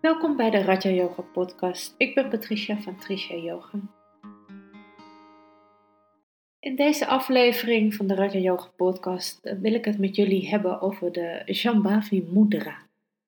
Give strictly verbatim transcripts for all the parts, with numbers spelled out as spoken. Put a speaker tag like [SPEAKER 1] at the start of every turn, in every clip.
[SPEAKER 1] Welkom bij de Raja Yoga podcast. Ik ben Patricia van Trisha Yoga. In deze aflevering van de Raja Yoga podcast wil ik het met jullie hebben over de Shambhavi Mudra.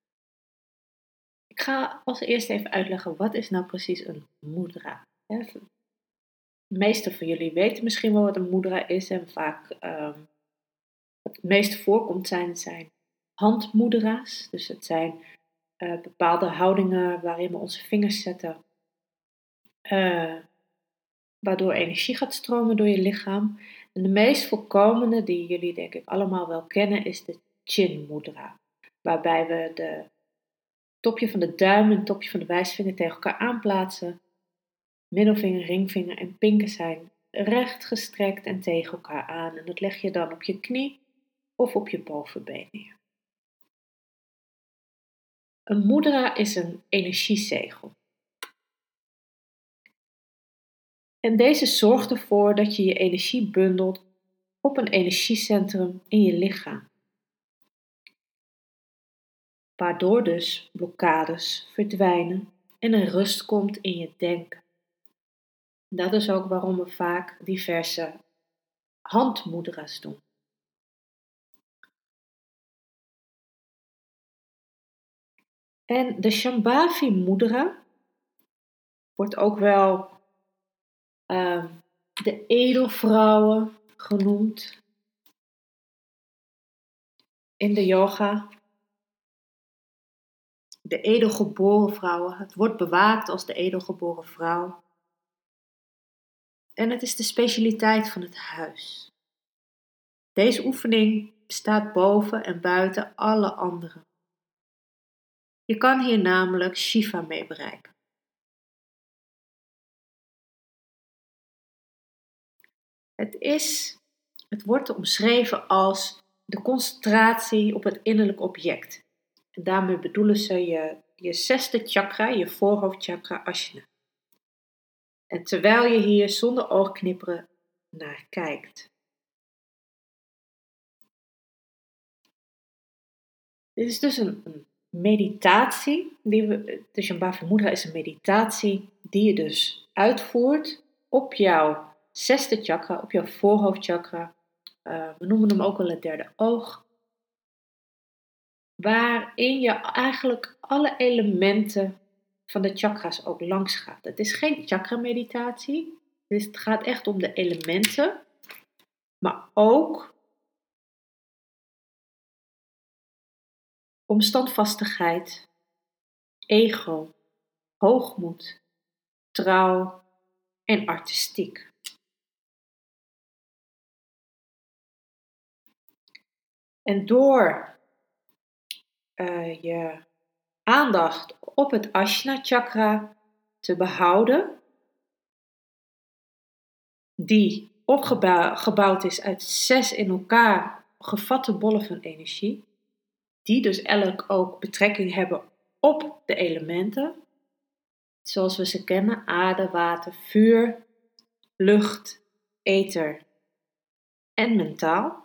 [SPEAKER 1] Ik ga als eerste even uitleggen wat is nou precies een mudra. De meeste van jullie weten misschien wel wat een mudra is en vaak um, wat het meest voorkomt zijn, zijn handmudra's. Dus het zijn uh, bepaalde houdingen waarin we onze vingers zetten. Uh, waardoor energie gaat stromen door je lichaam. En de meest voorkomende, die jullie denk ik allemaal wel kennen, is de Chin Mudra. Waarbij we de topje van de duim en het topje van de wijsvinger tegen elkaar aanplaatsen. Middelvinger, ringvinger en pinken zijn recht gestrekt en tegen elkaar aan. En dat leg je dan op je knie of op je bovenbeen neer. Een mudra is een energiezegel. En deze zorgt ervoor dat je je energie bundelt op een energiecentrum in je lichaam. Waardoor dus blokkades verdwijnen en er rust komt in je denken. Dat is ook waarom we vaak diverse handmudra's doen. En de Shambhavi Mudra wordt ook wel uh, de edelvrouwen genoemd in de yoga. De edelgeboren vrouwen. Het wordt bewaakt als de edelgeboren vrouw. En het is de specialiteit van het huis. Deze oefening staat boven en buiten alle andere. Je kan hier namelijk Shiva mee bereiken. Het, is, het wordt omschreven als de concentratie op het innerlijk object. En daarmee bedoelen ze je, je zesde chakra, je voorhoofdchakra Ajna. En terwijl je hier zonder oogknipperen naar kijkt. Dit is dus een, een meditatie. Die we, de Shambhavi Mudra is een meditatie die je dus uitvoert op jouw zesde chakra, op jouw voorhoofdchakra. Uh, we noemen hem ook wel het derde oog. Waarin je eigenlijk alle elementen van de chakras ook langs gaat. Het is geen chakra meditatie. Dus het gaat echt om de elementen. Maar ook om standvastigheid, ego, hoogmoed, trouw en artistiek. En door uh, je aandacht op het Ajna chakra te behouden, die opgebouwd is uit zes in elkaar gevatte bollen van energie, die dus elk ook betrekking hebben op de elementen, zoals we ze kennen: aarde, water, vuur, lucht, ether en mentaal.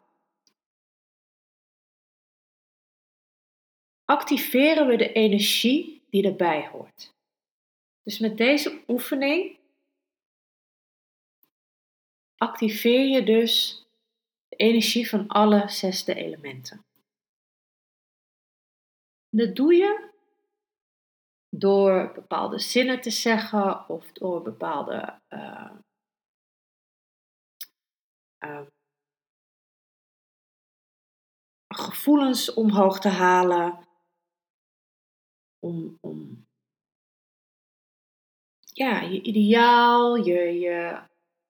[SPEAKER 1] Activeren we de energie die erbij hoort. Dus met deze oefening activeer je dus de energie van alle zesde elementen. Dat doe je door bepaalde zinnen te zeggen of door bepaalde uh, uh, gevoelens omhoog te halen. Om, om ja, je ideaal, je, je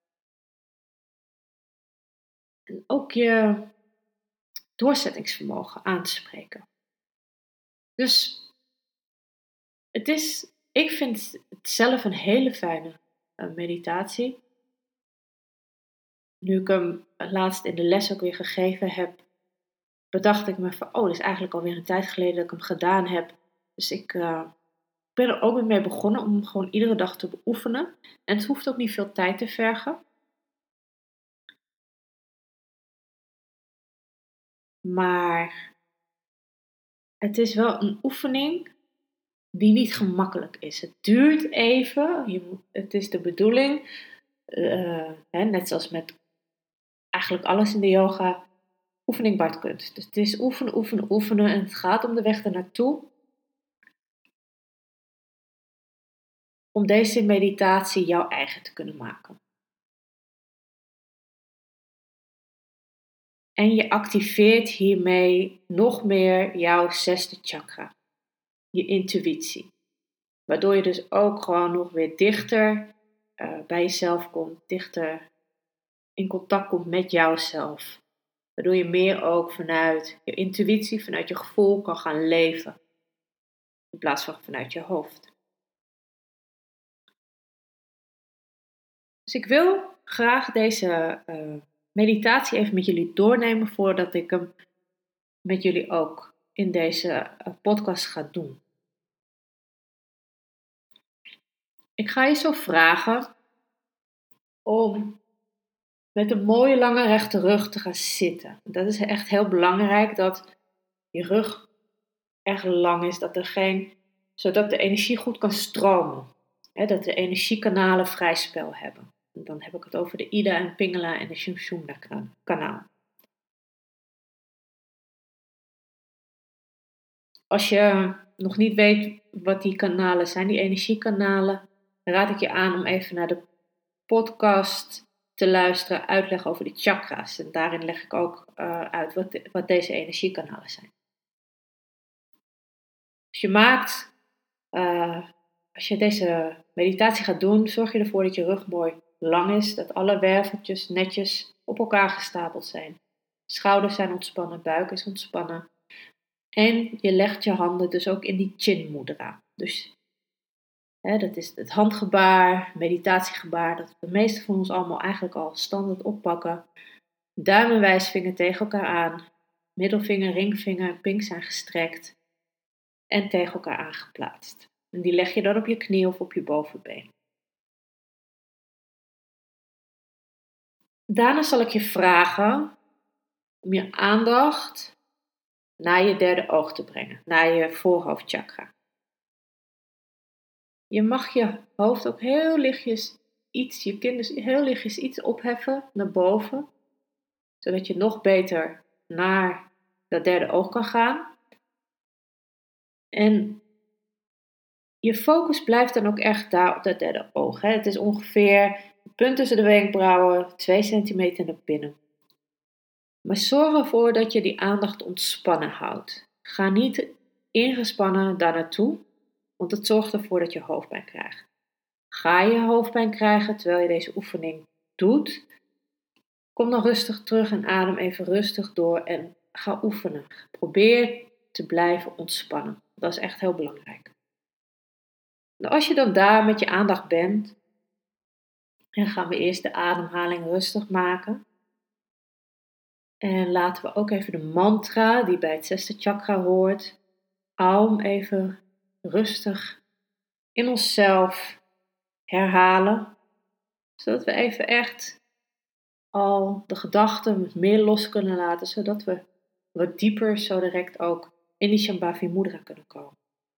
[SPEAKER 1] en ook je doorzettingsvermogen aan te spreken. Dus het is, ik vind het zelf een hele fijne uh, meditatie. Nu ik hem laatst in de les ook weer gegeven heb, bedacht ik me van, oh, dat is eigenlijk alweer een tijd geleden dat ik hem gedaan heb. Dus ik uh, ben er ook weer mee begonnen om hem gewoon iedere dag te beoefenen. En het hoeft ook niet veel tijd te vergen. Maar het is wel een oefening die niet gemakkelijk is. Het duurt even, je moet, het is de bedoeling, uh, hè, net zoals met eigenlijk alles in de yoga, oefening baart kunst. Dus het is oefenen, oefenen, oefenen en het gaat om de weg ernaartoe. Om deze meditatie jouw eigen te kunnen maken. En je activeert hiermee nog meer jouw zesde chakra. Je intuïtie. Waardoor je dus ook gewoon nog weer dichter uh, bij jezelf komt. Dichter in contact komt met jouzelf. Waardoor je meer ook vanuit je intuïtie, vanuit je gevoel kan gaan leven. In plaats van vanuit je hoofd. Dus ik wil graag deze uh, meditatie even met jullie doornemen voordat ik hem met jullie ook in deze uh, podcast ga doen. Ik ga je zo vragen om met een mooie lange rechte rug te gaan zitten. Dat is echt heel belangrijk dat je rug erg lang is, dat er geen, zodat de energie goed kan stromen. Hè, dat de energiekanalen vrij spel hebben. En dan heb ik het over de Ida en Pingala en de Sushumna kanaal. Als je nog niet weet wat die kanalen zijn, die energiekanalen, dan raad ik je aan om even naar de podcast te luisteren, uitleg over de chakra's. En daarin leg ik ook uh, uit wat, de, wat deze energiekanalen zijn. Dus je maakt, uh, als je deze meditatie gaat doen, zorg je ervoor dat je rug mooi lang is, dat alle werveltjes netjes op elkaar gestapeld zijn. Schouders zijn ontspannen, buik is ontspannen. En je legt je handen dus ook in die chin mudra. Dus hè, dat is het handgebaar, meditatiegebaar, dat de meeste van ons allemaal eigenlijk al standaard oppakken. Duim en wijsvinger tegen elkaar aan. Middelvinger, ringvinger en pink zijn gestrekt. En tegen elkaar aangeplaatst. En die leg je dan op je knie of op je bovenbeen. Daarna zal ik je vragen om je aandacht naar je derde oog te brengen, naar je voorhoofdchakra. Je mag je hoofd ook heel lichtjes iets, je kin dus heel lichtjes iets opheffen naar boven, zodat je nog beter naar dat derde oog kan gaan. En je focus blijft dan ook echt daar op dat derde oog. Hè. Het is ongeveer het punt tussen de wenkbrauwen, twee centimeter naar binnen. Maar zorg ervoor dat je die aandacht ontspannen houdt. Ga niet ingespannen daar naartoe, want het zorgt ervoor dat je hoofdpijn krijgt. Ga je hoofdpijn krijgen terwijl je deze oefening doet, kom dan rustig terug en adem even rustig door en ga oefenen. Probeer te blijven ontspannen. Dat is echt heel belangrijk. Nou, als je dan daar met je aandacht bent, dan gaan we eerst de ademhaling rustig maken. En laten we ook even de mantra die bij het zesde chakra hoort, Aum even rustig in onszelf herhalen. Zodat we even echt al de gedachten meer los kunnen laten, zodat we wat dieper zo direct ook in die Shambhavi Mudra kunnen komen.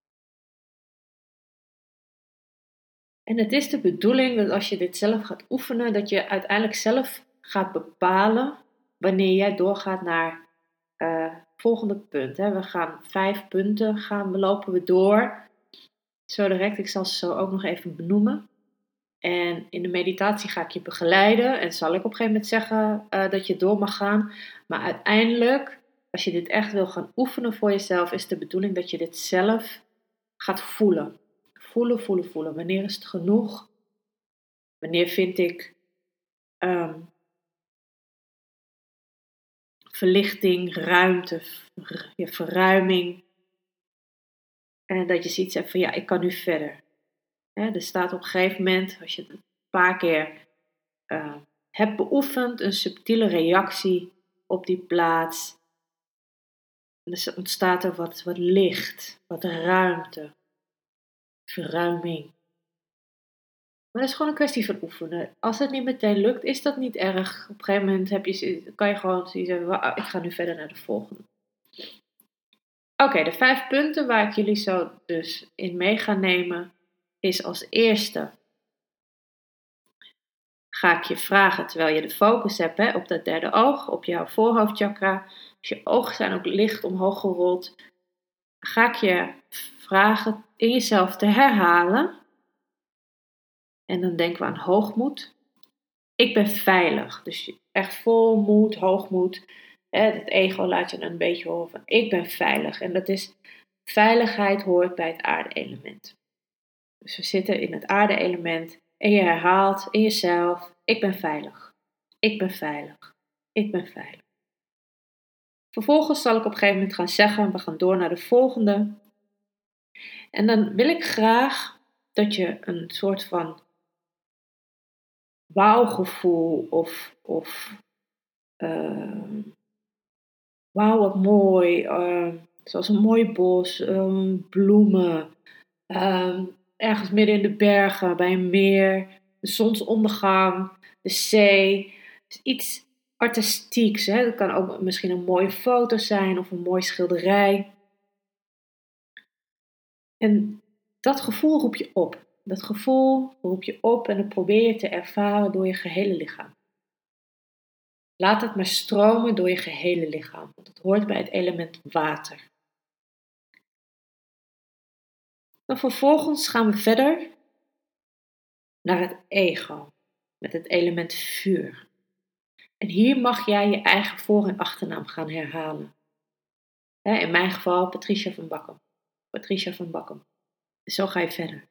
[SPEAKER 1] En het is de bedoeling dat als je dit zelf gaat oefenen, dat je uiteindelijk zelf gaat bepalen wanneer jij doorgaat naar het uh, volgende punt. Hè. We gaan vijf punten, gaan, lopen we door. Zo direct, ik zal ze zo ook nog even benoemen. En in de meditatie ga ik je begeleiden en zal ik op een gegeven moment zeggen uh, dat je door mag gaan. Maar uiteindelijk, als je dit echt wil gaan oefenen voor jezelf, is de bedoeling dat je dit zelf gaat voelen. Voelen, voelen, voelen. Wanneer is het genoeg? Wanneer vind ik um, verlichting, ruimte, ver, ja, verruiming. En dat je zoiets hebt van ja, ik kan nu verder. He, er staat op een gegeven moment, als je het een paar keer uh, hebt beoefend, een subtiele reactie op die plaats. En dus ontstaat er wat, wat licht, wat ruimte, verruiming. Maar dat is gewoon een kwestie van oefenen. Als het niet meteen lukt, is dat niet erg. Op een gegeven moment heb je, kan je gewoon zeggen, ik ga nu verder naar de volgende. Oké, de vijf punten waar ik jullie zo dus in mee ga nemen, is als eerste, ga ik je vragen, terwijl je de focus hebt hè, op dat derde oog, op jouw voorhoofdchakra. Dus je ogen zijn ook licht omhoog gerold. Ga ik je vragen in jezelf te herhalen. En dan denken we aan hoogmoed. Ik ben veilig. Dus echt vol moed, hoogmoed. Het ego laat je een beetje horen van ik ben veilig. En dat is, veiligheid hoort bij het aarde-element. Dus we zitten in het aarde-element en je herhaalt in jezelf, ik ben veilig. Ik ben veilig. Ik ben veilig. Vervolgens zal ik op een gegeven moment gaan zeggen, we gaan door naar de volgende. En dan wil ik graag dat je een soort van wauwgevoel of, of uh, wauw wat mooi, uh, zoals een mooi bos, uh, bloemen, uh, ergens midden in de bergen, bij een meer, de zonsondergang, de zee, dus iets artistieks. Hè? Dat kan ook misschien een mooie foto zijn of een mooi schilderij. En dat gevoel roep je op. Dat gevoel roep je op en dat probeer je te ervaren door je gehele lichaam. Laat het maar stromen door je gehele lichaam, want het hoort bij het element water. Dan vervolgens gaan we verder naar het ego, met het element vuur. En hier mag jij je eigen voor- en achternaam gaan herhalen. In mijn geval Patricia van Bakkum. Patricia van Bakkum. Zo ga je verder.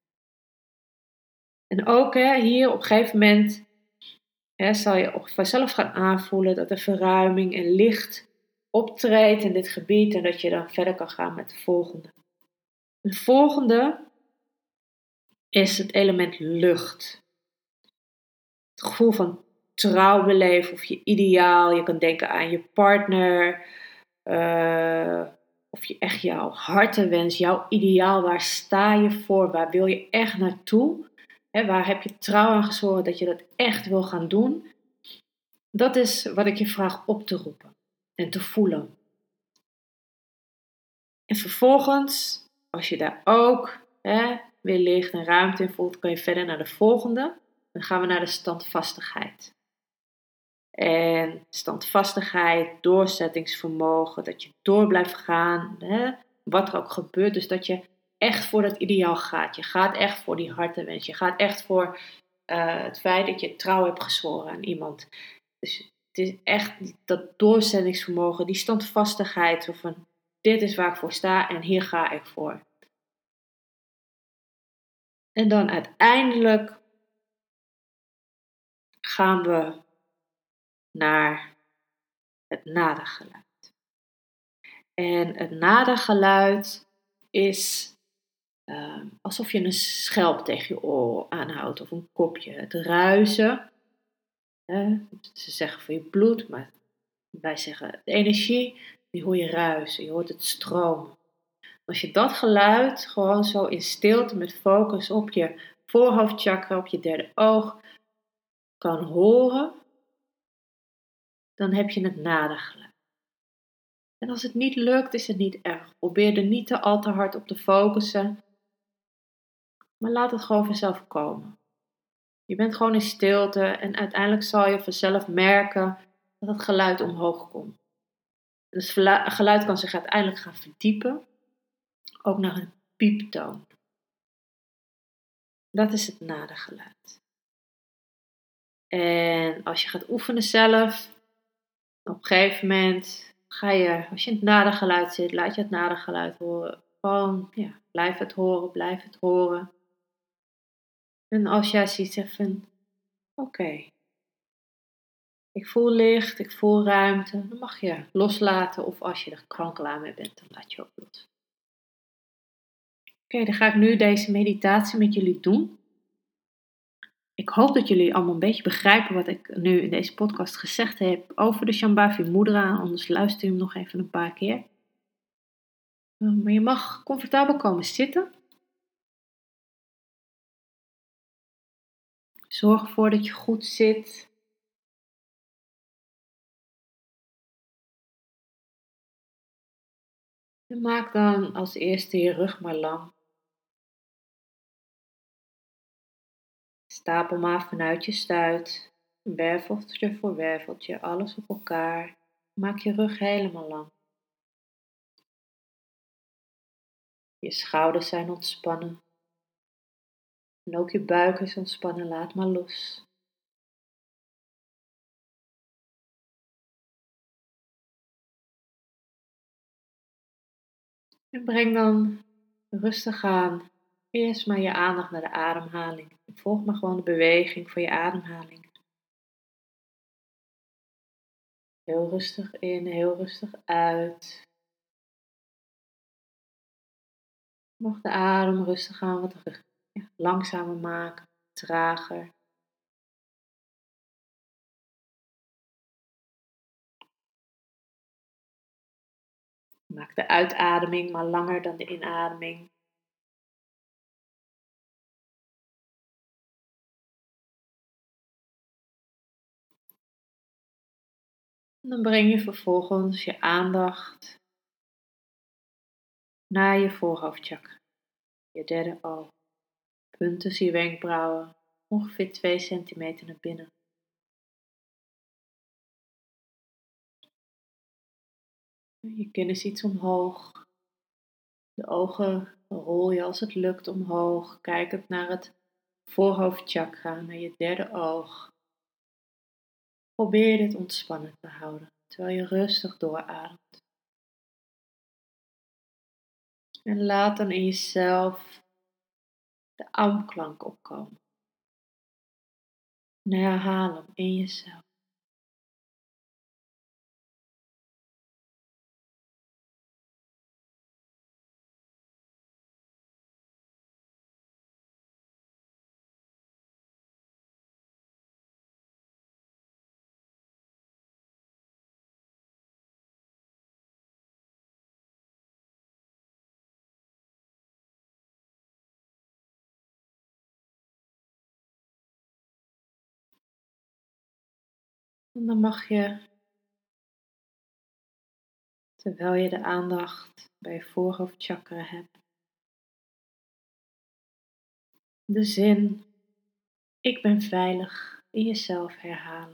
[SPEAKER 1] En ook hè, hier op een gegeven moment hè, zal je ook vanzelf gaan aanvoelen dat er verruiming en licht optreedt in dit gebied en dat je dan verder kan gaan met de volgende. De volgende is het element lucht. Het gevoel van trouw beleven of je ideaal. Je kan denken aan je partner. Uh, of je echt jouw hartenwens, jouw ideaal. Waar sta je voor? Waar wil je echt naartoe? He, waar heb je trouw aan gezworen dat je dat echt wil gaan doen? Dat is wat ik je vraag op te roepen en te voelen. En vervolgens, als je daar ook hè, weer licht en ruimte in voelt, kan je verder naar de volgende. Dan gaan we naar de standvastigheid. En standvastigheid, doorzettingsvermogen, dat je door blijft gaan, hè, wat er ook gebeurt. Dus dat je echt voor dat ideaal gaat. Je gaat echt voor die hartenwens. Je gaat echt voor uh, het feit dat je trouw hebt gezworen aan iemand. Dus het is echt dat doorzettingsvermogen, die standvastigheid. Zo van, dit is waar ik voor sta en hier ga ik voor. En dan uiteindelijk gaan we naar het nadergeluid. En het nadergeluid is uh, alsof je een schelp tegen je oor aanhoudt of een kopje. Het ruizen. Hè? Ze zeggen voor je bloed, maar wij zeggen de energie, die hoor je ruisen. Je hoort het stromen. Als je dat geluid gewoon zo in stilte met focus op je voorhoofdchakra, op je derde oog kan horen, dan heb je het nadergeluid. En als het niet lukt, is het niet erg. Probeer er niet te al te hard op te focussen. Maar laat het gewoon vanzelf komen. Je bent gewoon in stilte en uiteindelijk zal je vanzelf merken dat het geluid omhoog komt. Dus het geluid kan zich uiteindelijk gaan verdiepen. Ook naar een pieptoon. Dat is het nadergeluid. En als je gaat oefenen zelf, op een gegeven moment ga je, als je in het nadergeluid zit, laat je het nadergeluid horen. Gewoon, ja, blijf het horen, blijf het horen. En als jij ziet van, oké, okay, ik voel licht, ik voel ruimte, dan mag je loslaten. Of als je er gewoon klaar mee bent, dan laat je ook los. Oké, okay, dan ga ik nu deze meditatie met jullie doen. Ik hoop dat jullie allemaal een beetje begrijpen wat ik nu in deze podcast gezegd heb over de Shambhavi Mudra. Anders luister je hem nog even een paar keer. Maar je mag comfortabel komen zitten. Zorg ervoor dat je goed zit. En maak dan als eerste je rug maar lang. Stapel maar vanuit je stuit, werveltje voor werveltje, alles op elkaar. Maak je rug helemaal lang. Je schouders zijn ontspannen. En ook je buik is ontspannen, laat maar los. En breng dan rustig aan eerst maar je aandacht naar de ademhaling. Volg maar gewoon de beweging van je ademhaling. Heel rustig in, heel rustig uit. Mag de adem rustig aan wat ja, langzamer maken, trager. Maak de uitademing maar langer dan de inademing. En dan breng je vervolgens je aandacht naar je voorhoofdchakra, je derde oog. Punt tussen je wenkbrauwen, ongeveer twee centimeter naar binnen. Je kin is iets omhoog. De ogen rol je als het lukt omhoog, kijkend naar het voorhoofdchakra, naar je derde oog. Probeer dit ontspannen te houden, terwijl je rustig doorademt. En laat dan in jezelf de am-klank opkomen. En herhaal hem in jezelf. En dan mag je, terwijl je de aandacht bij je voorhoofdchakra hebt, de zin "ik ben veilig" in jezelf herhalen.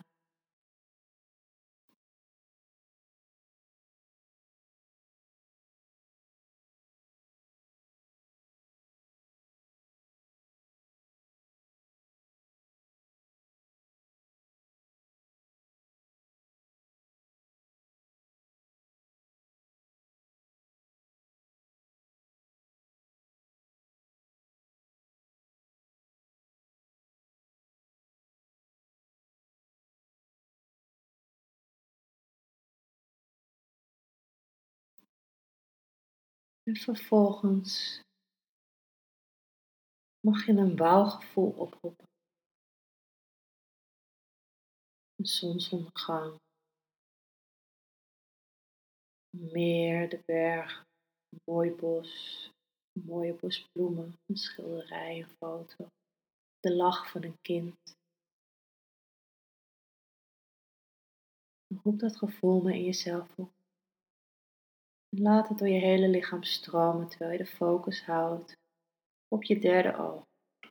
[SPEAKER 1] En vervolgens mag je een wauwgevoel oproepen. Een zonsondergang, een meer, de berg, een mooi bos, een mooie bos bloemen, een schilderij, een foto, de lach van een kind. En roep dat gevoel maar in jezelf op. En laat het door je hele lichaam stromen terwijl je de focus houdt op je derde oog.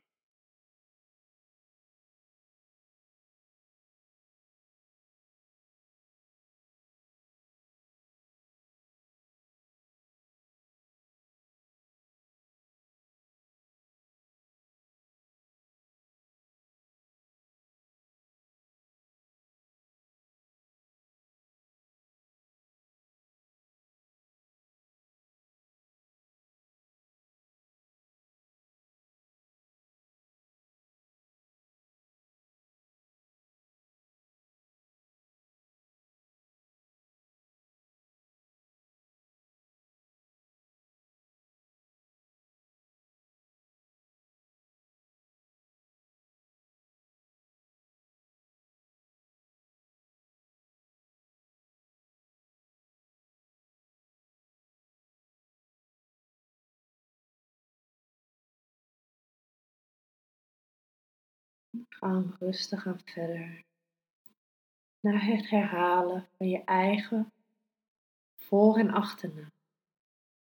[SPEAKER 1] Ga rustig aan verder naar het herhalen van je eigen voor- en achternaam.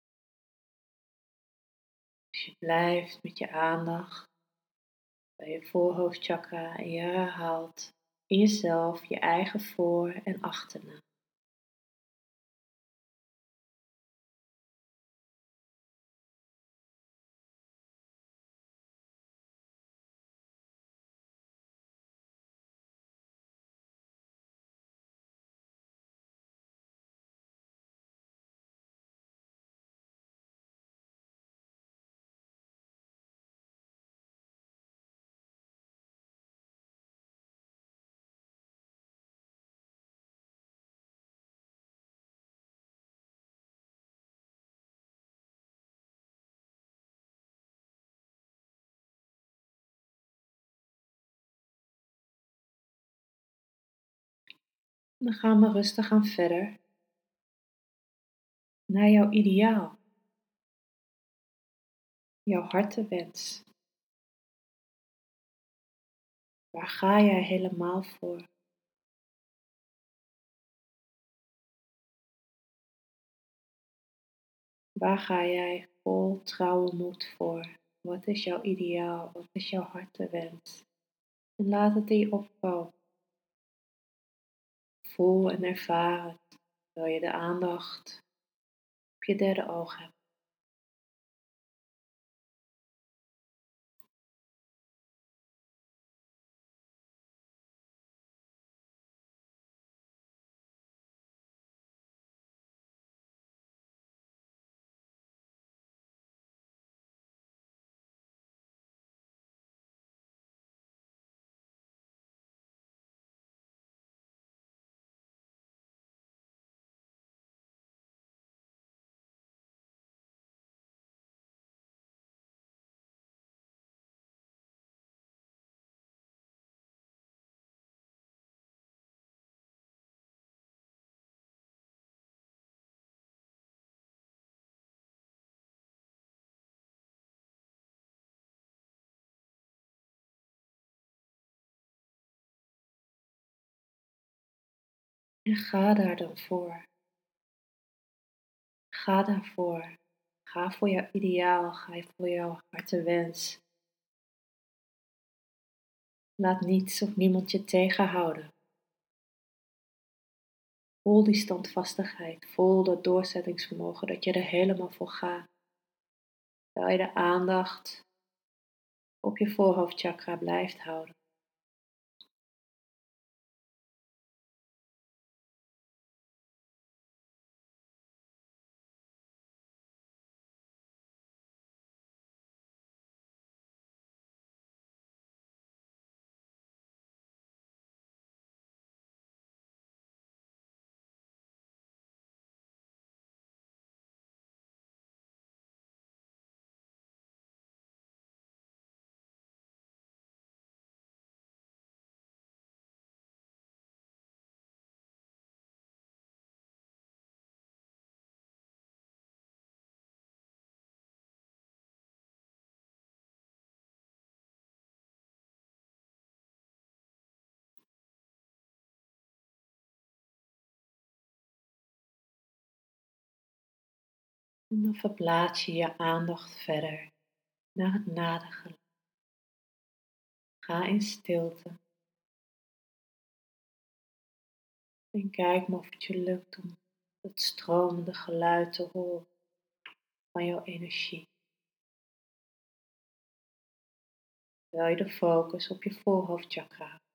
[SPEAKER 1] Dus je blijft met je aandacht bij je voorhoofdchakra en je herhaalt in jezelf je eigen voor- en achternaam. Dan gaan we rustig aan verder naar jouw ideaal, jouw hartenwens. Waar ga jij helemaal voor? Waar ga jij vol trouwe moed voor? Wat is jouw ideaal? Wat is jouw hartenwens? En laat het in je opkomen. Voel en ervaar het, terwijl je de aandacht op je derde oog hebt. En ga daar dan voor. Ga daarvoor. Ga voor jouw ideaal. Ga voor jouw hartenwens. Laat niets of niemand je tegenhouden. Voel die standvastigheid. Voel dat doorzettingsvermogen dat je er helemaal voor gaat. Terwijl je de aandacht op je voorhoofdchakra blijft houden. En dan verplaats je je aandacht verder naar het nadengeluid. Ga in stilte. En kijk maar of het je lukt om het stromende geluid te horen van jouw energie. Terwijl je de focus op je voorhoofdchakra houdt.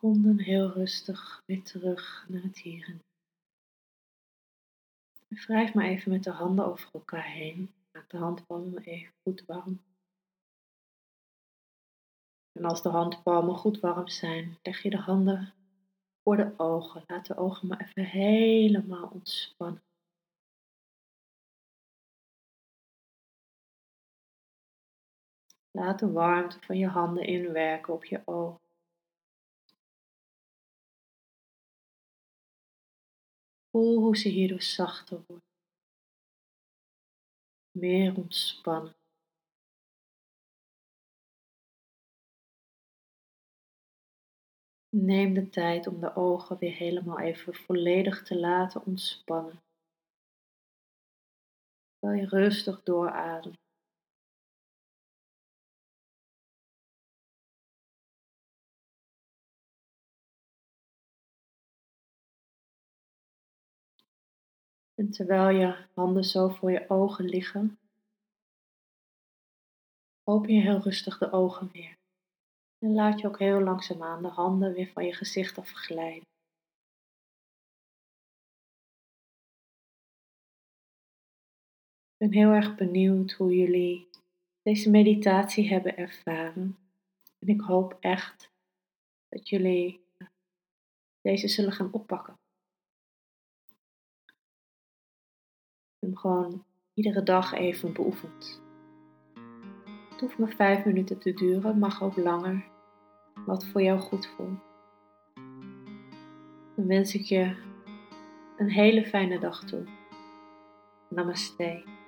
[SPEAKER 1] seconden heel rustig weer terug naar het hier en nu. Wrijf maar even met de handen over elkaar heen. Maak de handpalmen even goed warm. En als de handpalmen goed warm zijn, leg je de handen voor de ogen. Laat de ogen maar even helemaal ontspannen. Laat de warmte van je handen inwerken op je ogen. Voel hoe ze hierdoor zachter worden. Meer ontspannen. Neem de tijd om de ogen weer helemaal even volledig te laten ontspannen. Terwijl je rustig doorademt. En terwijl je handen zo voor je ogen liggen, open je heel rustig de ogen weer. En laat je ook heel langzaamaan de handen weer van je gezicht afglijden. Ik ben heel erg benieuwd hoe jullie deze meditatie hebben ervaren. En ik hoop echt dat jullie deze zullen gaan oppakken. En gewoon iedere dag even beoefend. Het hoeft maar vijf minuten te duren, mag ook langer. Wat voor jou goed voelt. Dan wens ik je een hele fijne dag toe. Namaste.